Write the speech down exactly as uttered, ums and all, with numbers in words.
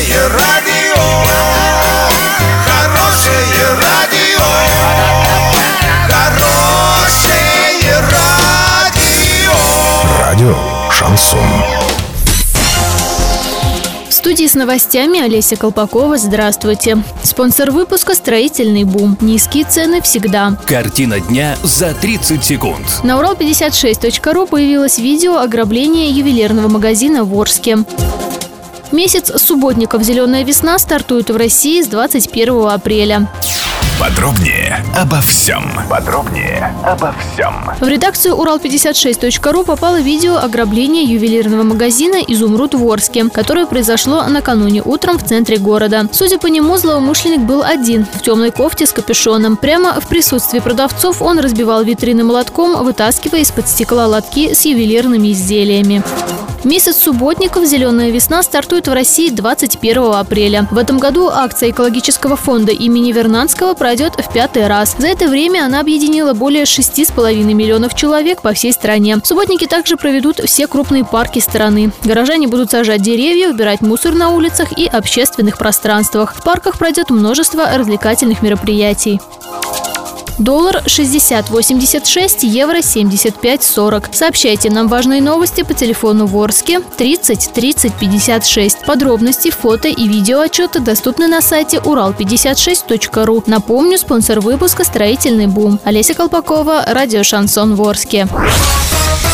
Хорошее радио, хорошее радио, хорошее радио. Радио Шансон. В студии с новостями Олеся Колпакова. Здравствуйте. Спонсор выпуска — «Строительный бум». Низкие цены всегда. Картина дня за тридцать секунд. На урал пятьдесят шесть точка ру появилось видео ограбления ювелирного магазина в Орске. Месяц субботников «Зеленая весна» стартует в России с двадцать первого апреля. Подробнее обо всем. Подробнее обо всем. В редакцию урал пятьдесят шесть точка ру попало видео ограбления ювелирного магазина «Изумруд» в Орске, которое произошло накануне утром в центре города. Судя по нему, злоумышленник был один, в темной кофте с капюшоном. Прямо в присутствии продавцов он разбивал витрины молотком, вытаскивая из-под стекла лотки с ювелирными изделиями. Месяц субботников «Зеленая весна» стартует в России двадцать первого апреля. В этом году акция экологического фонда имени Вернадского пройдет в пятый раз. За это время она объединила более шести с половиной миллионов человек по всей стране. Субботники также проведут все крупные парки страны. Горожане будут сажать деревья, убирать мусор на улицах и общественных пространствах. В парках пройдет множество развлекательных мероприятий. Доллар шестьдесят восемьдесят шесть, евро семьдесят пять сорок. Сообщайте нам важные новости по телефону в Орске тридцать тридцать пятьдесят шесть. Подробности, фото и видеоотчеты доступны на сайте урал пятьдесят шесть точка ру. Напомню, спонсор выпуска — «Строительный бум». Олеся Колпакова, радио Шансон в Орске.